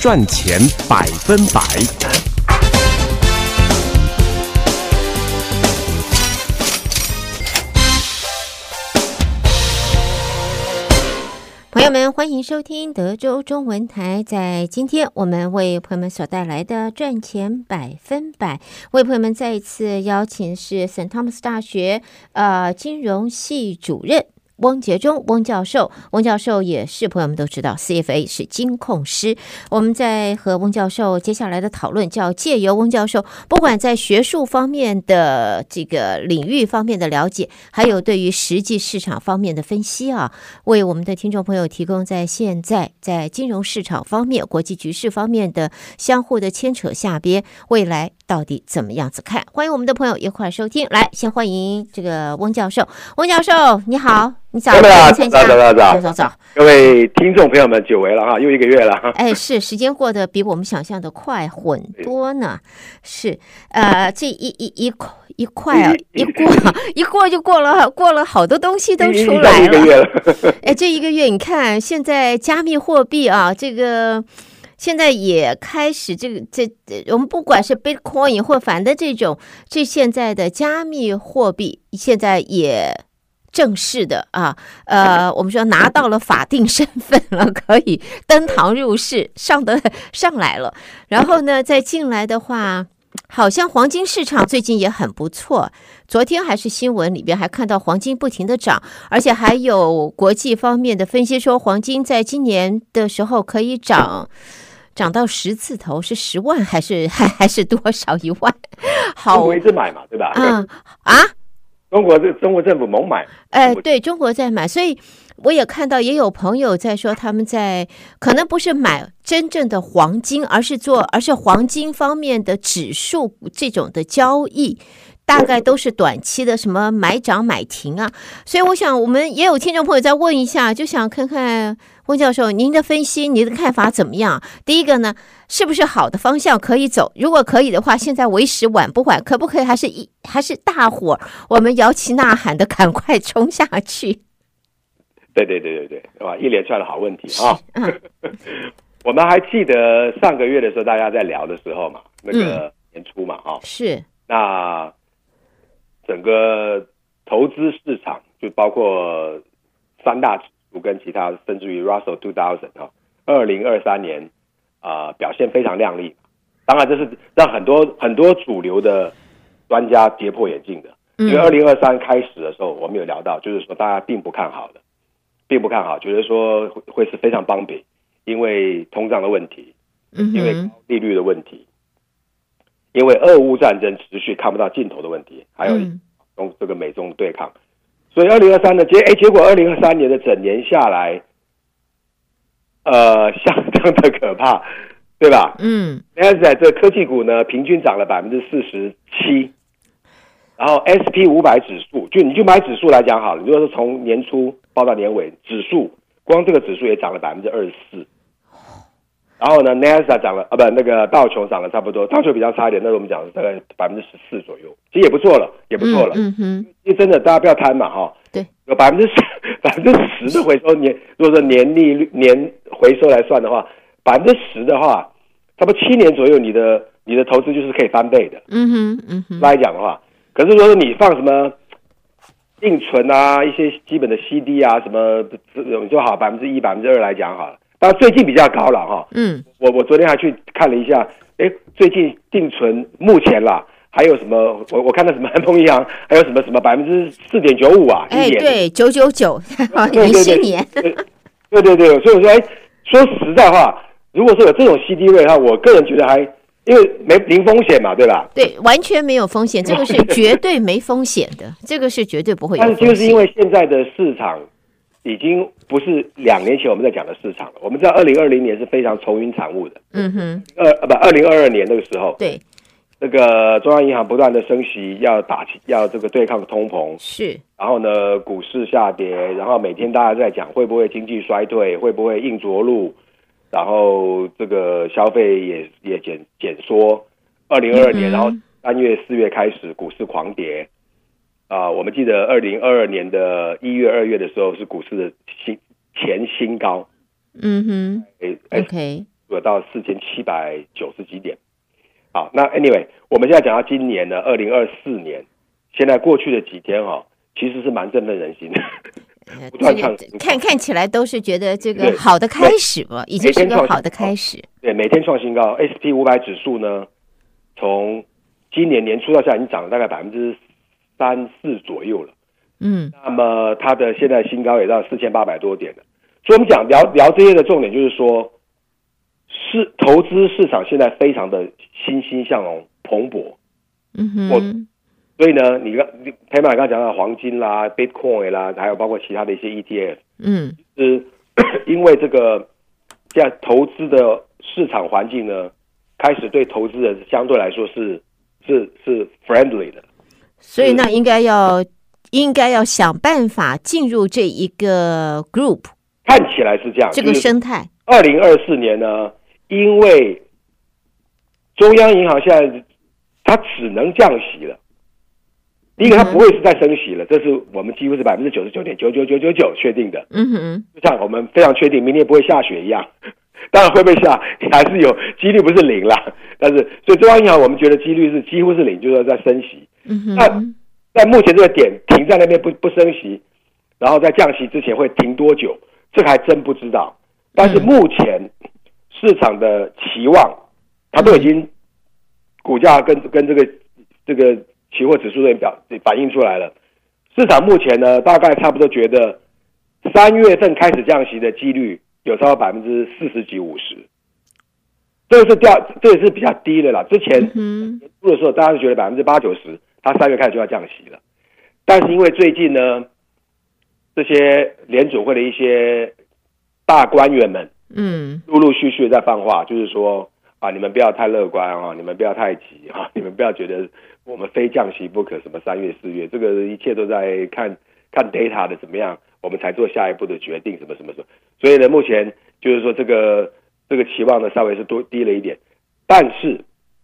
赚钱100%。 朋友们，欢迎收听德州中文台。在今天，我们为朋友们所带来的赚钱100%，为朋友们再一次邀请是 St. Thomas 大学金融系主任翁杰忠翁教授。翁教授也是朋友们都知道 CFA 是金控师。我们在和翁教授接下来的讨论，叫借由翁教授不管在学术方面的这个领域方面的了解，还有对于实际市场方面的分析啊，为我们的听众朋友提供在现在在金融市场方面、国际局势方面的相互的牵扯下边，未来到底怎么样子看？欢迎我们的朋友一块收听。来，先欢迎这个翁教授。翁教授，你好。你早，早， 各位听众朋友们，久违了哈，又1个月了哈。 哎，是，时间过得比我们想象的快很多呢。是，这一块啊，一过就过了好多东西都出来了。哎，这1个月，你看现在加密货币啊，这个。现在也开始我们不管是 Bitcoin 或反正这现在的加密货币，现在也正式的我们说拿到了法定身份了，可以登堂入室，上来了。然后呢，再进来的话，好像黄金市场最近也很不错。昨天还是新闻里边还看到黄金不停的涨，而且还有国际方面的分析说，黄金在今年的时候可以涨到10字头，是10万还是多少1万？好， 中国一直买嘛，对吧？中国政府猛买。 对，中国在买，所以我也看到也有朋友在说，他们在可能不是买真正的黄金，而是黄金方面的指数这种的交易。大概都是短期的什么买涨买停啊，所以我想我们也有听众朋友在问一下，就想看看翁教授您的分析，您的看法怎么样？第一个呢，是不是好的方向可以走？如果可以的话，现在为时晚不晚，可不可以还是大伙我们摇旗呐喊的赶快冲下去？ 对，哇，一连串的好问题啊！我们还记得上个月的时候，大家在聊的时候嘛，那个年初嘛， 是那。整个投资市场就包括3大指数跟其他，甚至于 Russell 2000 2023年表现非常亮丽。当然这是让很多主流的专家跌破眼镜的，因为2023开始的时候我们有聊到，就是说大家并不看好，觉得说会是非常bumpy，因为通胀的问题，因为高利率的问题，因为俄乌战争持续看不到尽头的问题，还有这个美中对抗，所以2023呢，结果2023年的整年下来，相当的可怕，对吧？现在这科技股呢，平均涨了47%，然后 SP500 指数，你就买指数来讲好了，如果是从年初报到年尾，指数光这个指数也涨了24%。然后呢 ，NASA 涨了那个道琼涨了差不多，道琼比较差一点，那是我们讲的大概14%左右，其实也不错了。因为真的大家不要贪嘛， 对， 有10%的回收年，如果说年利率年回收来算的话，10%的话，差不多7年左右，你的投资就是可以翻倍的。来讲的话，可是如果说你放什么定存啊，一些基本的 CD 啊，什么就好1%、2%来讲好了。当然最近比较高了哈，我昨天还去看了一下，最近定存目前啦，还有什么我看到什么安丰银行还有什么4.95%啊， 对，999，零7年， 对，所以我说，说实在话，如果说有这种 CD rate的话，我个人觉得还因为零风险嘛，对吧？ 对，完全没有风险，这个是绝对没风险的，这个是绝对不会有风险。 但是就是因为现在的市场已经不是2年前我们在讲的市场了。我们知道2020年是非常愁云惨雾的，2022年那个时候， 对， 那个中央银行不断的升息，要这个对抗通膨， 是。 然后呢，股市下跌，然后每天大家在讲会不会经济衰退，会不会硬着陆，然后这个消费也减缩。2022年，然后3月4月开始股市狂跌。我们记得2022年的1月2月的时候是股市的前新高， OK， 数到4790几点。好，那 anyway， 我们现在讲到今年呢，2024年，现在过去的几天其实是蛮振奋人心的。 看起来都是觉得这个好的开始吧，已经是个好的开始。 对，每天创新高 ，SP500 指数呢，从今年年初到现在已经涨了大概3-4%左右了。那么它的现在新高也到4800多点了。所以我们聊这些的重点就是说，投资市场现在非常的欣欣向荣、蓬勃。所以呢，你佩玛刚刚讲到黄金啦、Bitcoin 啦，还有包括其他的一些 ETF，是因为这个现在投资的市场环境呢，开始对投资人相对来说是 friendly 的， 所以那应该要想办法进入这一个 group， 看起来是这样， 这个生态。 2024年呢，因为中央银行现在它只能降息了。第一个，它不会是再升息了，这是我们几乎是99.99999确定的。就像我们非常确定明天不会下雪一样，当然会不会下还是有几率，不是零啦。但是，所以中央银行我们觉得几率是几乎是零，就是在升息。那在目前这个点停在那边不升息，然后在降息之前会停多久，这个还真不知道。但是目前市场的期望，它都已经股价跟这个期货指数都反映出来了。市场目前呢，大概差不多觉得3月份开始降息的几率有超过40几50%，这个是比较低的啦。之前年初的时候，大家是觉得80%-90%，它3月开始就要降息了。但是因为最近呢，这些联准会的一些大官员们，陆陆续续在放话，就是说你们不要太乐观你们不要太急你们不要觉得我们非降息不可，什么3月4月，这个一切都在看 data 的怎么样，我们才做下一步的决定，什么。所以呢，目前就是说这个期望呢稍微是低了一点，但是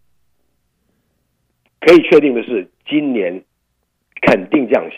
可以确定的是，今年肯定降息。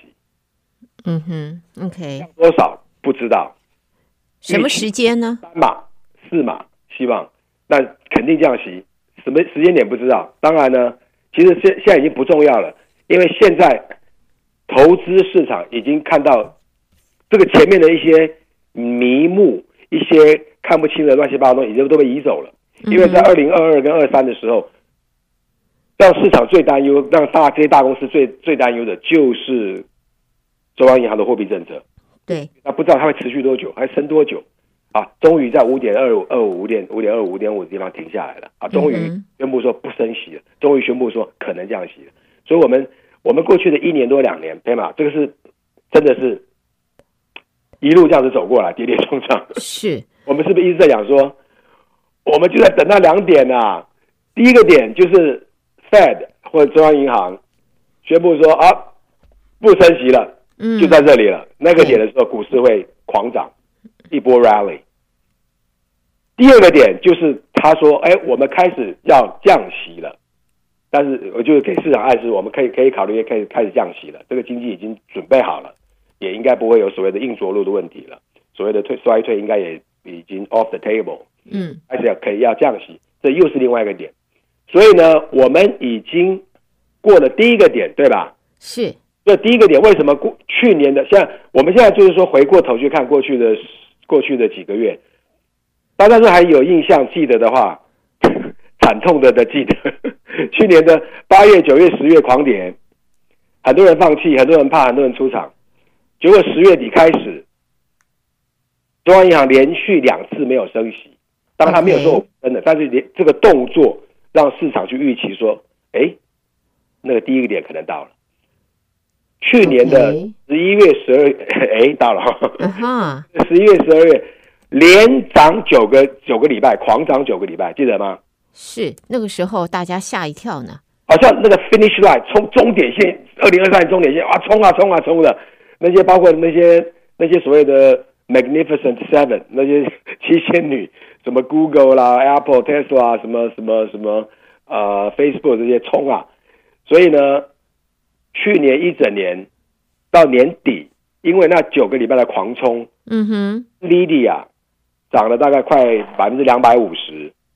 OK， 降多少不知道， 什么时间呢 ？3码、4码，希望那肯定降息，什么时间点不知道。当然呢，其实现在已经不重要了，因为现在投资市场已经看到这个前面的一些迷雾、一些看不清的乱七八糟东西已经都被移走了。因为在2022跟23的时候，让市场最担忧，让这些大公司最担忧的就是中央银行的货币政策。 对， 那不知道它会持续多久，还升多久终于在5.25、5.25的地方停下来了终于宣布说不升息了，终于宣布说可能降息了。所以我们过去的1年多2年，对吗？这个是真的是一路这样子走过来，跌跌撞撞。 是，我们是不是一直在讲说，我们就在等那2点第一个点就是 Fed 或者中央银行宣布说不升息了，就在这里了。那个点的时候，股市会狂涨，一波 rally。第二个点就是他说，我们开始要降息了，但是我就给市场暗示，我们可以考虑开始降息了。这个经济已经准备好了，也应该不会有所谓的硬着陆的问题了。所谓的衰退应该也已经 off the table。开始可以要降息，这又是另外一个点。所以呢，我们已经过了第一个点，对吧？ 是。 这第一个点为什么去年的我们现在就是说回过头去看过去的几个月，大家都还有印象记得的话，惨痛的记得去年的8月、9月、10月狂跌，很多人放弃，很多人怕，很多人出场，结果10月底开始，中央银行连续2次没有升息，当然他没有说真的，但是这个动作让市场去预期说，那个第一个点可能到了。去年的11月、12月，到了11月、12月连涨9个礼拜，狂涨9个礼拜，记得吗？ 是，那个时候大家吓一跳呢， 好像那个 finish line 冲终点线，2023年终点线冲的，那些包括那些所谓的 Magnificent Seven， 那些7仙女，什么 Google 啦、Apple、Tesla 什么Facebook 这些冲所以呢，去年一整年到年底，因为那9个礼拜的狂冲，Lydia 涨了大概快250%，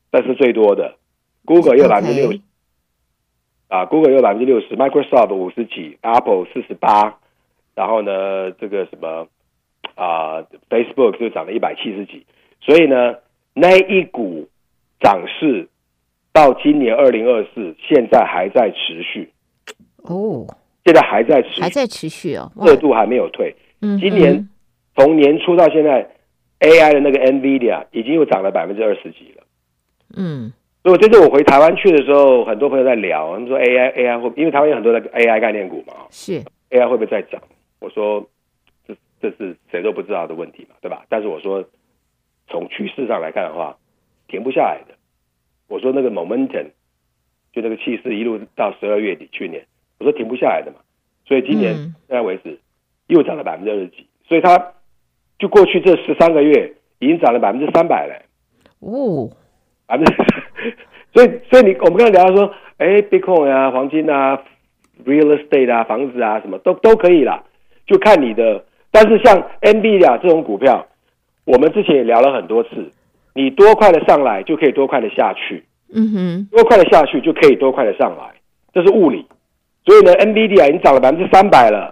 但是最多的 Google 也有60%，啊 ，Google 也有60%， Microsoft 50几 ，Apple 48%，然后呢，这个什么Facebook 就涨了170几，所以呢，那一股涨势到今年2024，现在还在持续。 哦， 现在还在持续哦， 热度还没有退。今年从年初到现在 ，AI 的那个 NVIDIA 已经又涨了20%几了。所以这次我回台湾去的时候，很多朋友在聊，他们说 AI 会，因为台湾有很多的 AI 概念股嘛， 是 AI 会不会再涨？我说这是谁都不知道的问题嘛，对吧？但是我说从趋势上来看的话，停不下来的。我说那个 momentum 就那个气势一路到12月底去年，我说停不下来的嘛。所以今年现在为止又涨了20%几，所以它就过去这13个月已经涨了300%了。 哦， 所以我们刚才聊到说，Bitcoin 啊、黄金啊、real estate 啊、房子啊什么都可以啦，就看你的。但是像 NVIDIA 这种股票，我们之前也聊了很多次，你多快的上来就可以多快的下去，多快的下去就可以多快的上来，这是物理。所以呢 ，NVIDIA 已经涨了300%了，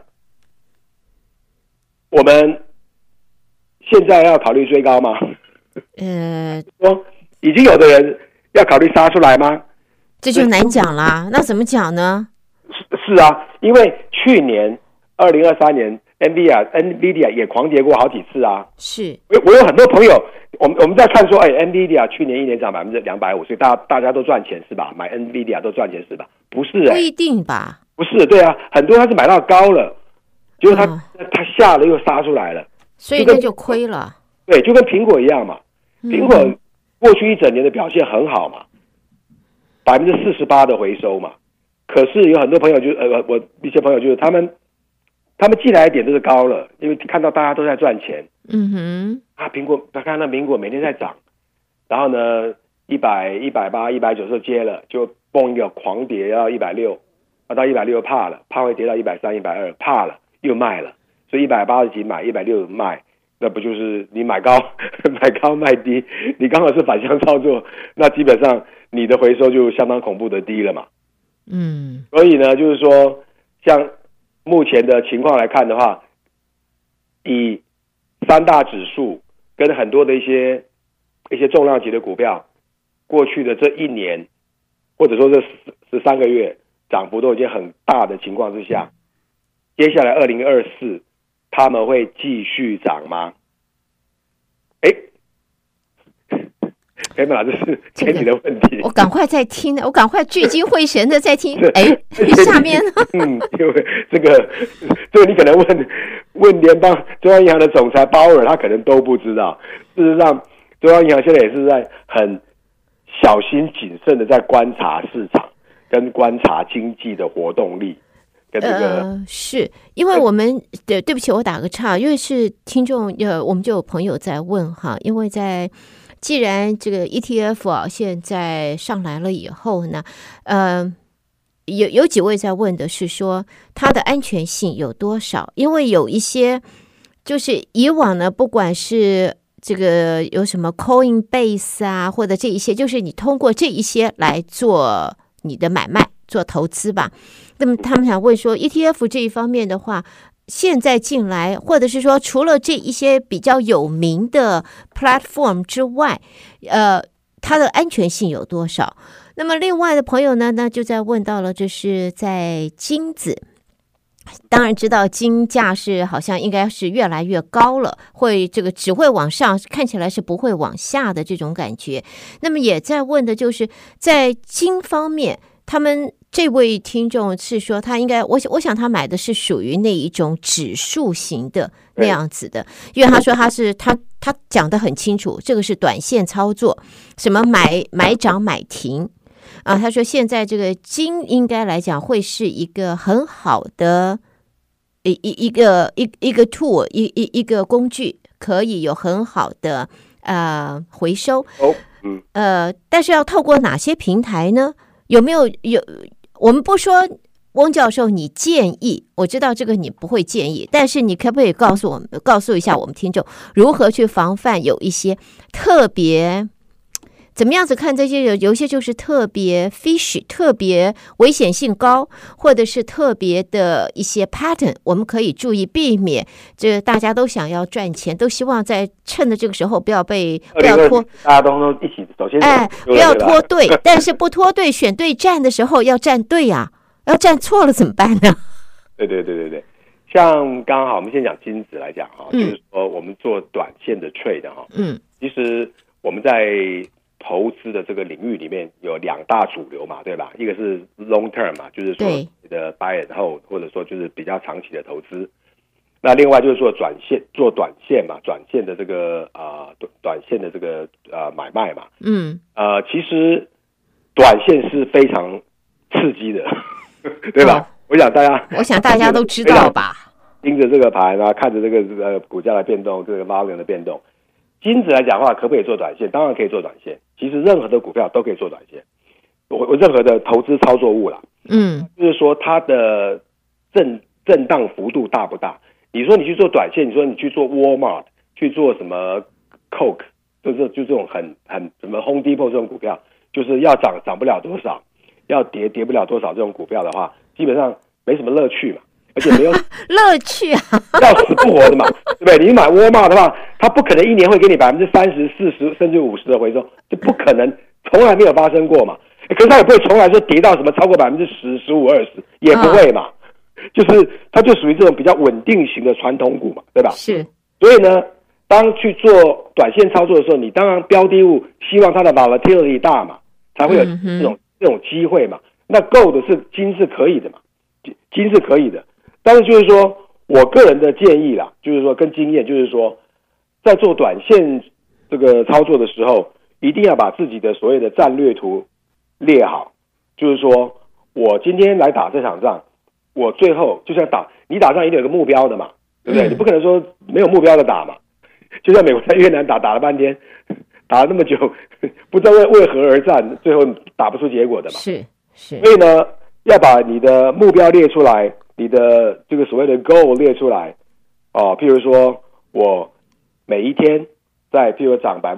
我们现在要考虑追高吗？说已经有的人要考虑杀出来吗？ 这就难讲啦。那怎么讲呢？ 是啊，因为去年2023年 NVIDIA 也狂跌过好几次啊。 是， 我有很多朋友，我们在看说，NVIDIA 去年一年涨250%，所以大家都赚钱是吧？买 NVIDIA 都赚钱是吧？不是不一定吧？ 不是，对啊，很多他是买到高了，结果他下了又杀出来了， 所以那就亏了。 对，就跟苹果一样嘛。苹果过去一整年的表现很好嘛，48%的回收嘛。可是有很多朋友我一些朋友就是他们进来的点都是高了，因为看到大家都在赚钱。苹果他看到苹果每天在涨，然后呢100、180、190就接了，就蹦一个狂跌到160，到160怕了，怕会跌到130、120，怕了又卖了，所以180几买，160卖。那不就是你买高卖低，你刚好是反向操作，那基本上你的回收就相当恐怖的低了嘛。所以呢，就是说，像目前的情况来看的话，以3大指数跟很多的一些重量级的股票，过去的这一年或者说这13个月涨幅都已经很大的情况之下，接下来2024他们会继续涨吗？黑马老师是给你的问题， 我赶快在听，我赶快聚精会神的在听。下面因为这个你可能问联邦中央银行的总裁鲍尔，他可能都不知道。事实上，中央银行现在也是在很小心谨慎的在观察市场，跟观察经济的活动力。 是因为我们对不起，我打个岔，因为是听众，我们就有朋友在问哈，因为既然这个 ETF 啊现在上来了以后呢，有几位在问的是说它的安全性有多少？因为有一些就是以往呢，不管是这个有什么 Coinbase 啊，或者这一些，就是你通过这一些来做你的买卖、做投资吧。那么他们想问说 ETF 这一方面的话，现在进来，或者是说除了这一些比较有名的 platform 之外，它的安全性有多少？那么另外的朋友呢，就在问到了，就是在金子，当然知道金价是好像应该是越来越高了，这个只会往上，看起来是不会往下的这种感觉。那么也在问的就是在金方面，他们这位听众是说他应该，我想他买的是属于那一种指数型的那样子的，因为他说他讲得很清楚，这个是短线操作，什么买涨买停啊。他说现在这个金应该来讲会是一个很好的一个 tool， 一个工具，可以有很好的回收。但是要透过哪些平台呢？有我们不说翁教授你建议，我知道这个你不会建议，但是你可不可以告诉一下我们听众如何去防范有一些特别怎么样子看这些有一些就是特别 fishy， 特别危险性高，或者是特别的一些 pattern， 我们可以注意避免。这大家都想要赚钱，都希望在趁的这个时候不要拖， 大家都一起首先不要脱队，但是不脱队，选对站的时候要站对啊，要站错了怎么办呢？ 对，像刚好我们先讲金子来讲哈，就是说我们做短线的 trade 哈，其实我们在投资的这个领域里面有2大主流嘛，对吧？一个是 long term 嘛，就是说你的 buy and hold， 或者说就是比较长期的投资。那另外就是做短线嘛，短线的这个短线的这个买卖嘛。其实短线是非常刺激的，对吧？我想大家都知道吧？盯着这个盘啊，看着这个股价的变动，这个 volume 的变动。金子来讲的话，可不可以做短线？当然可以做短线。其实任何的股票都可以做短线，我任何的投资操作物啦，就是说它的震荡幅度大不大？你说你去做短线，你说你去做 Walmart， 去做什么 Coke， 就这种很什么 Home Depot 这种股票，就是要涨不了多少，要跌不了多少这种股票的话，基本上没什么乐趣嘛。而且没有乐趣啊， 要死不活的嘛，对不对？你买沃尔玛的话，它不可能一年会给你30%、40%甚至50%的回收，这不可能，从来没有发生过嘛。可是它也不会从来说跌到什么超过10%、15%、20%，也不会嘛。就是它就属于这种比较稳定型的传统股嘛，对吧？ 是。 所以呢，当去做短线操作的时候，你当然标的物希望它的 volatility 大嘛，才会有这种机会嘛。那 gold 是金是可以的嘛，金是可以的。但是就是说我个人的建议啦，就是说跟经验，就是说在做短线这个操作的时候，一定要把自己的所谓的战略图列好。就是说我今天来打这场仗，我最后就像你打仗一定有个目标的嘛，对不对？你不可能说没有目标的打嘛。就像美国在越南打了半天，打了那么久，不知道为何而战，最后打不出结果的嘛。 是。 所以呢，要把你的目标列出来。你的这个所谓的 goal 列出来，譬如说我每一天在譬如涨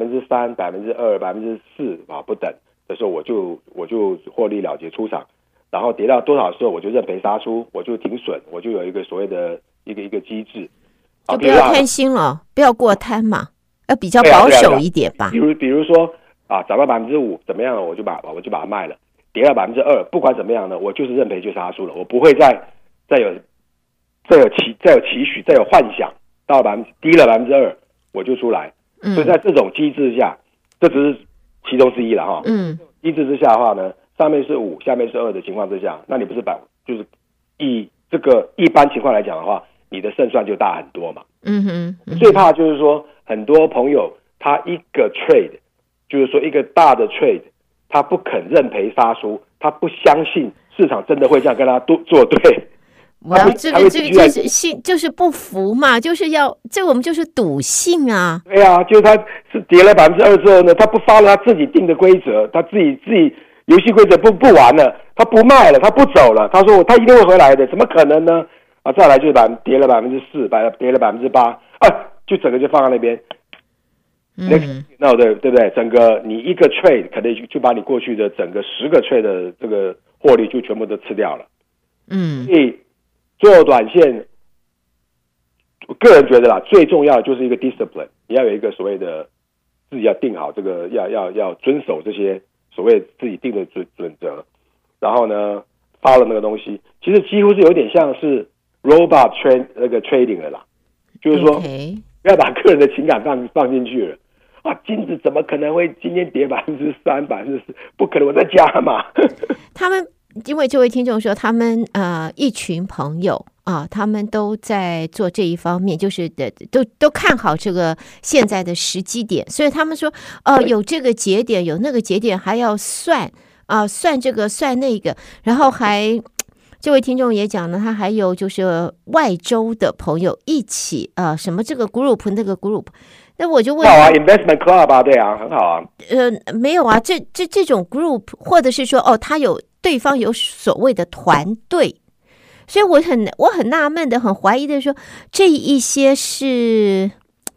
3%、2%、4%不等的时候，我就获利了结出场，然后跌到多少的时候我就认赔杀出，我就停损，我就有一个所谓的一个机制， 就不要贪心了，不要过贪嘛，要比较保守一点吧。 比如说涨到5%怎么样了，我就把它卖了，跌到2%，不管怎么样呢，我就是认赔就杀出了，我不会再有期许，再有幻想，到低了2%我就出来。所以在这种机制下，这只是其中之一了哈。机制之下的话呢，上面是5，下面是2的情况之下，那你不是就是以这个一般情况来讲的话，你的胜算就大很多嘛。最怕就是说很多朋友他一个 trade， 就是说一个大的 trade， 他不肯认赔杀出，他不相信市场真的会这样跟他做对。 这个就是不服嘛，就是要这我们就是赌性啊。 对啊，就是他是跌了2%之后呢，他不发了他自己定的规则，他自己游戏规则不玩了，他不卖了，他不走了，他说他一定会回来的，怎么可能呢？再来就是跌了4%，跌了8%，就整个就放在那边。那对不对？整个你一个 trade 可能就把你过去的整个10个 trade 的这个获利就全部都吃掉了。所以做短线，我个人觉得啦，最重要的就是一个 discipline， 你要有一个所谓的自己要定好这个要遵守这些所谓自己定的准则，然后呢发了那个东西，其实几乎是有点像是 robot trading 了啦，就是说不要把个人的情感放进去了。金子怎么可能会今天跌3%、4%？不可能，我在加嘛。 他们因为这位听众说，他们一群朋友他们都在做这一方面，就是都看好这个现在的时机点，所以他们说有这个节点，有那个节点，还要算这个算那个，然后这位听众也讲呢，他还有就是外州的朋友一起什么这个 group 那个 group。那我就问好啊 ，investment club 啊，对啊，很好啊。 没有啊，这种 group， 或者是说对方有所谓的团队，所以我很纳闷的，很怀疑的说，这一些是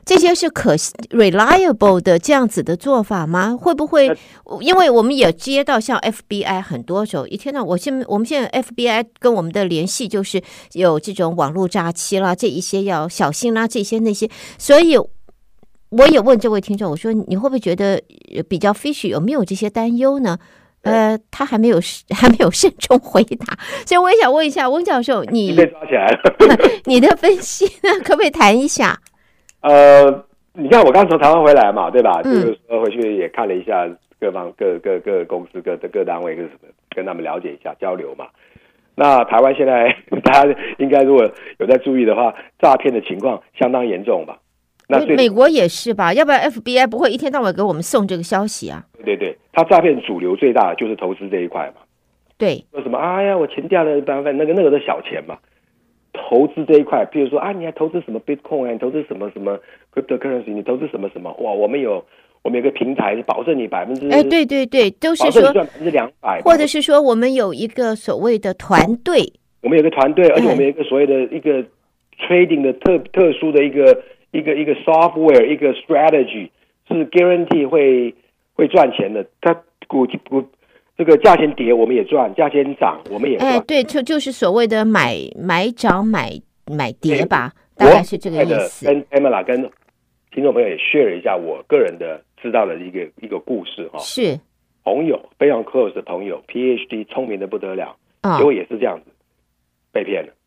这些是reliable 的这样子的做法吗？会不会？因为我们也接到像 FBI 很多时候，一天到我们现在 FBI 跟我们的联系就是有这种网络诈欺啦，这一些要小心啦，这些那些，所以我也问这位听众，我说你会不会觉得比较 fishy， 有没有这些担忧呢？他还没有慎重回答，所以我也想问一下翁教授，你被抓起来了， 你的分析呢，可不可以谈一下？ 你看我刚从台湾回来嘛，对吧？就是说回去也看了一下各公司各单位跟他们了解一下交流嘛。那台湾现在大家应该如果有在注意的话，诈骗的情况相当严重吧？那美国也是吧？要不然 FBI 不会一天到晚给我们送这个消息啊？ 对，他诈骗主流最大的就是投资这一块嘛。 对， 说什么哎呀，我钱掉了那个都小钱嘛。投资这一块，譬如说你还投资什么 Bitcoin， 你投资什么 cryptocurrency， 你投资什么哇，我们有个平台保证你对，都是说 200%， 或者是说我们有一个所谓的团队， 我们有个团队，而且我们有一个所谓的一个 trading 的特殊的一个 software， 一个 strategy 是 guarantee 会赚钱的。它股这个价钱跌我们也赚，价钱涨我们也赚。 对，就是所谓的买涨买跌吧，大概是这个意思。 跟 Pamela 跟听众朋友也 share 一下我个人的知道的一个故事哈。 是朋友非常 close 的朋友 ，PhD 聪明的不得了，结果也是这样子被骗了。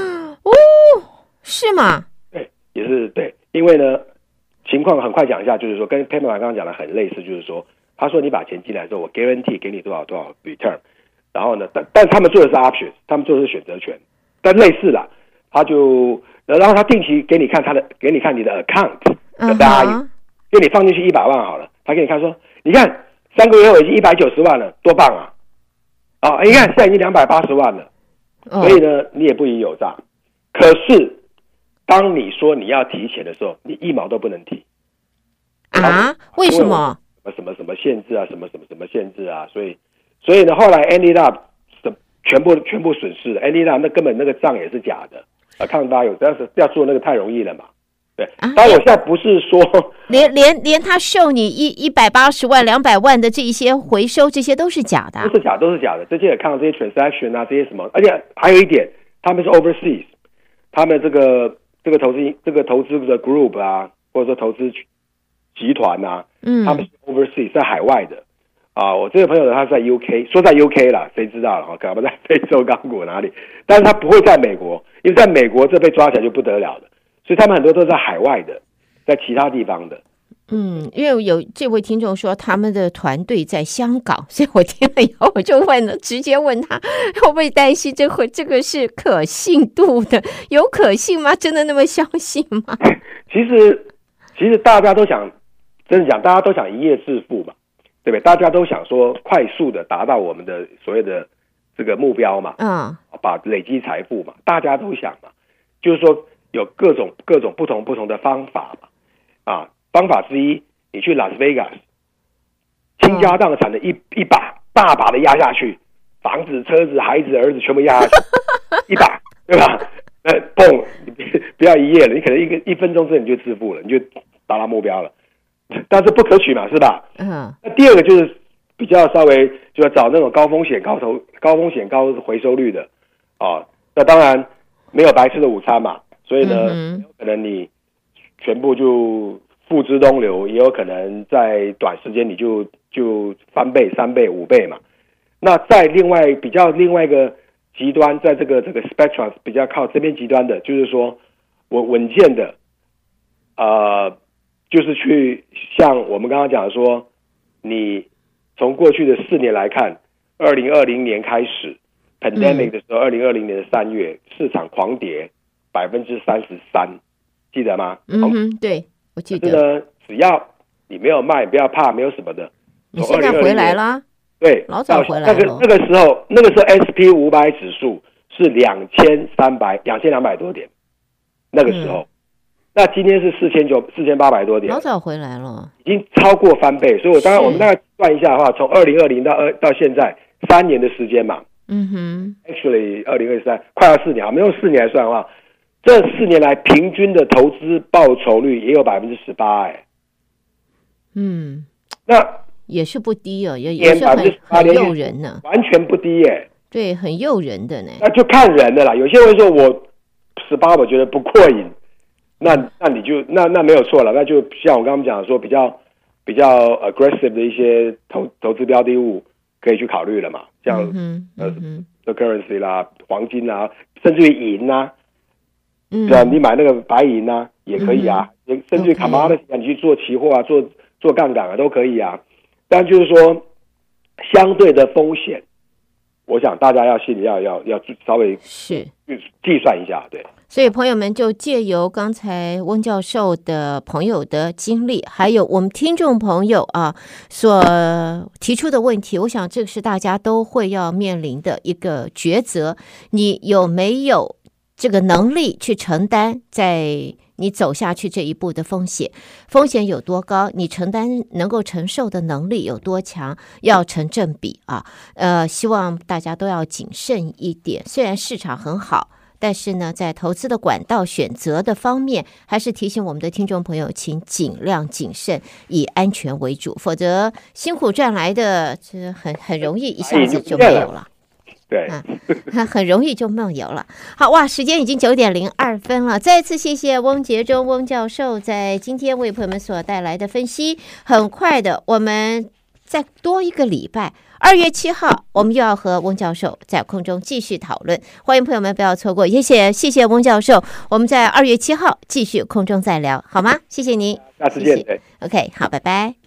是吗？ 对，也是对，因为呢，情况很快讲一下，就是说跟 Pamela 刚刚讲的很类似，就是说。他说：“你把钱进来之后，我 guarantee 给你多少 return， 然后呢，但他们做的是 option， 他们做的是选择权，但类似啦，然后他定期给你看给你看你的 account 的 value， 给你放进去100万好了，他给你看说，你看3个月后已经190万了，多棒啊！你看现在已经280万了，所以呢，你也不宜有诈。可是当你说你要提钱的时候，你1毛都不能提为什么？” 什么限制啊，什么限制啊，所以呢，后来 ended up 全部损失了 ，ended up 那根本那个账也是假的，account value，但是要做那个太容易了嘛，对。当然我现在不是说连他show你180万、200万的这一些回收，这些都是假的， 都是假的，这些 account 这些 transaction 啊，这些什么，而且还有一点，他们是 overseas， 他们这个投资的 group 啊，或者说投资集团啊，他们是 overseas 在海外的我这个朋友呢，他是在 UK， 说在 UK 啦，谁知道了可能在非洲刚果哪里，但是他不会在美国，因为在美国这被抓起来就不得了了，所以他们很多都在海外的，在其他地方的。 因为有这位听众说他们的团队在香港，所以我听了以后我就直接问他会不会担心这个是可信度的，有可信吗？真的那么相信吗？ 其实大家都想。真的讲，大家都想一夜致富嘛，对不对？大家都想说快速的达到我们的所谓的这个目标嘛，把累积财富嘛，大家都想嘛，就是说有各种不同的方法嘛，方法之一，你去拉斯维加斯，倾家荡产的大把的压下去，房子、车子、孩子、儿子全部压下去，一把，对吧？砰，你不要一夜了，你可能一分钟之内你就致富了，你就达到目标了。但是不可取嘛，是吧？那第二个就是比较稍微就要找那种高风险高回收率的那当然没有白吃的午餐嘛，所以呢，有可能你全部就付之东流，也有可能在短时间你就翻倍、3倍、5倍嘛。那在另外一个极端，在这个 spectrum 比较靠这边极端的，就是说我稳健的就是去像我们刚刚讲说，你从过去的4年来看，2020年开始 pandemic 的时候，2020年的3月市场狂跌33%，记得吗？ 对，我记得。 可是呢，只要你没有卖，不要怕，没有什么的。 你现在回来了？ 对， 老早回来了。 那个时候 SP500 指数是2200多点，那个时候。那今天是4800多点， 老早回来了， 已经超过翻倍。所以我们大概算一下的话，从2020到现在3年的时间嘛，actually 2023快要4年，我们用4年来算的话， 这4年来平均的投资报酬率也有18%哎。那也是不低哦，也是很诱人呢， 完全不低耶。 对，很诱人的呢。 那就看人的啦，有些人说我18我觉得不过瘾，那你就那没有错了，那就像我刚刚讲说比较 aggressive 的一些投资标的物可以去考虑了嘛，像currency 啦、黄金啦，甚至于银啊，对啊，你买那个白银啊也可以啊，甚至于 commodity 你去做期货啊、做杠杆啊都可以啊。但就是说，相对的风险，我想大家要心里要稍微是计算一下，对。 所以朋友们就借由刚才温教授的朋友的经历，还有我们听众朋友啊所提出的问题，我想这个是大家都会要面临的一个抉择，你有没有这个能力去承担在你走下去这一步的风险有多高，你能够承受的能力有多强，要成正比啊。希望大家都要谨慎一点，虽然市场很好，但是呢，在投资的管道选择的方面，还是提醒我们的听众朋友，请尽量谨慎，以安全为主，否则辛苦赚来的这很容易一下子就没有了。 对， 很容易就梦游了。好哇，时间已经9:02了。再次谢谢翁杰忠翁教授在今天为朋友们所带来的分析。很快的，我们再多一个礼拜，2月7号，我们又要和翁教授在空中继续讨论。欢迎朋友们不要错过，谢谢翁教授。我们在2月7号继续空中再聊，好吗？谢谢您， 下次见。 OK， 好，拜拜。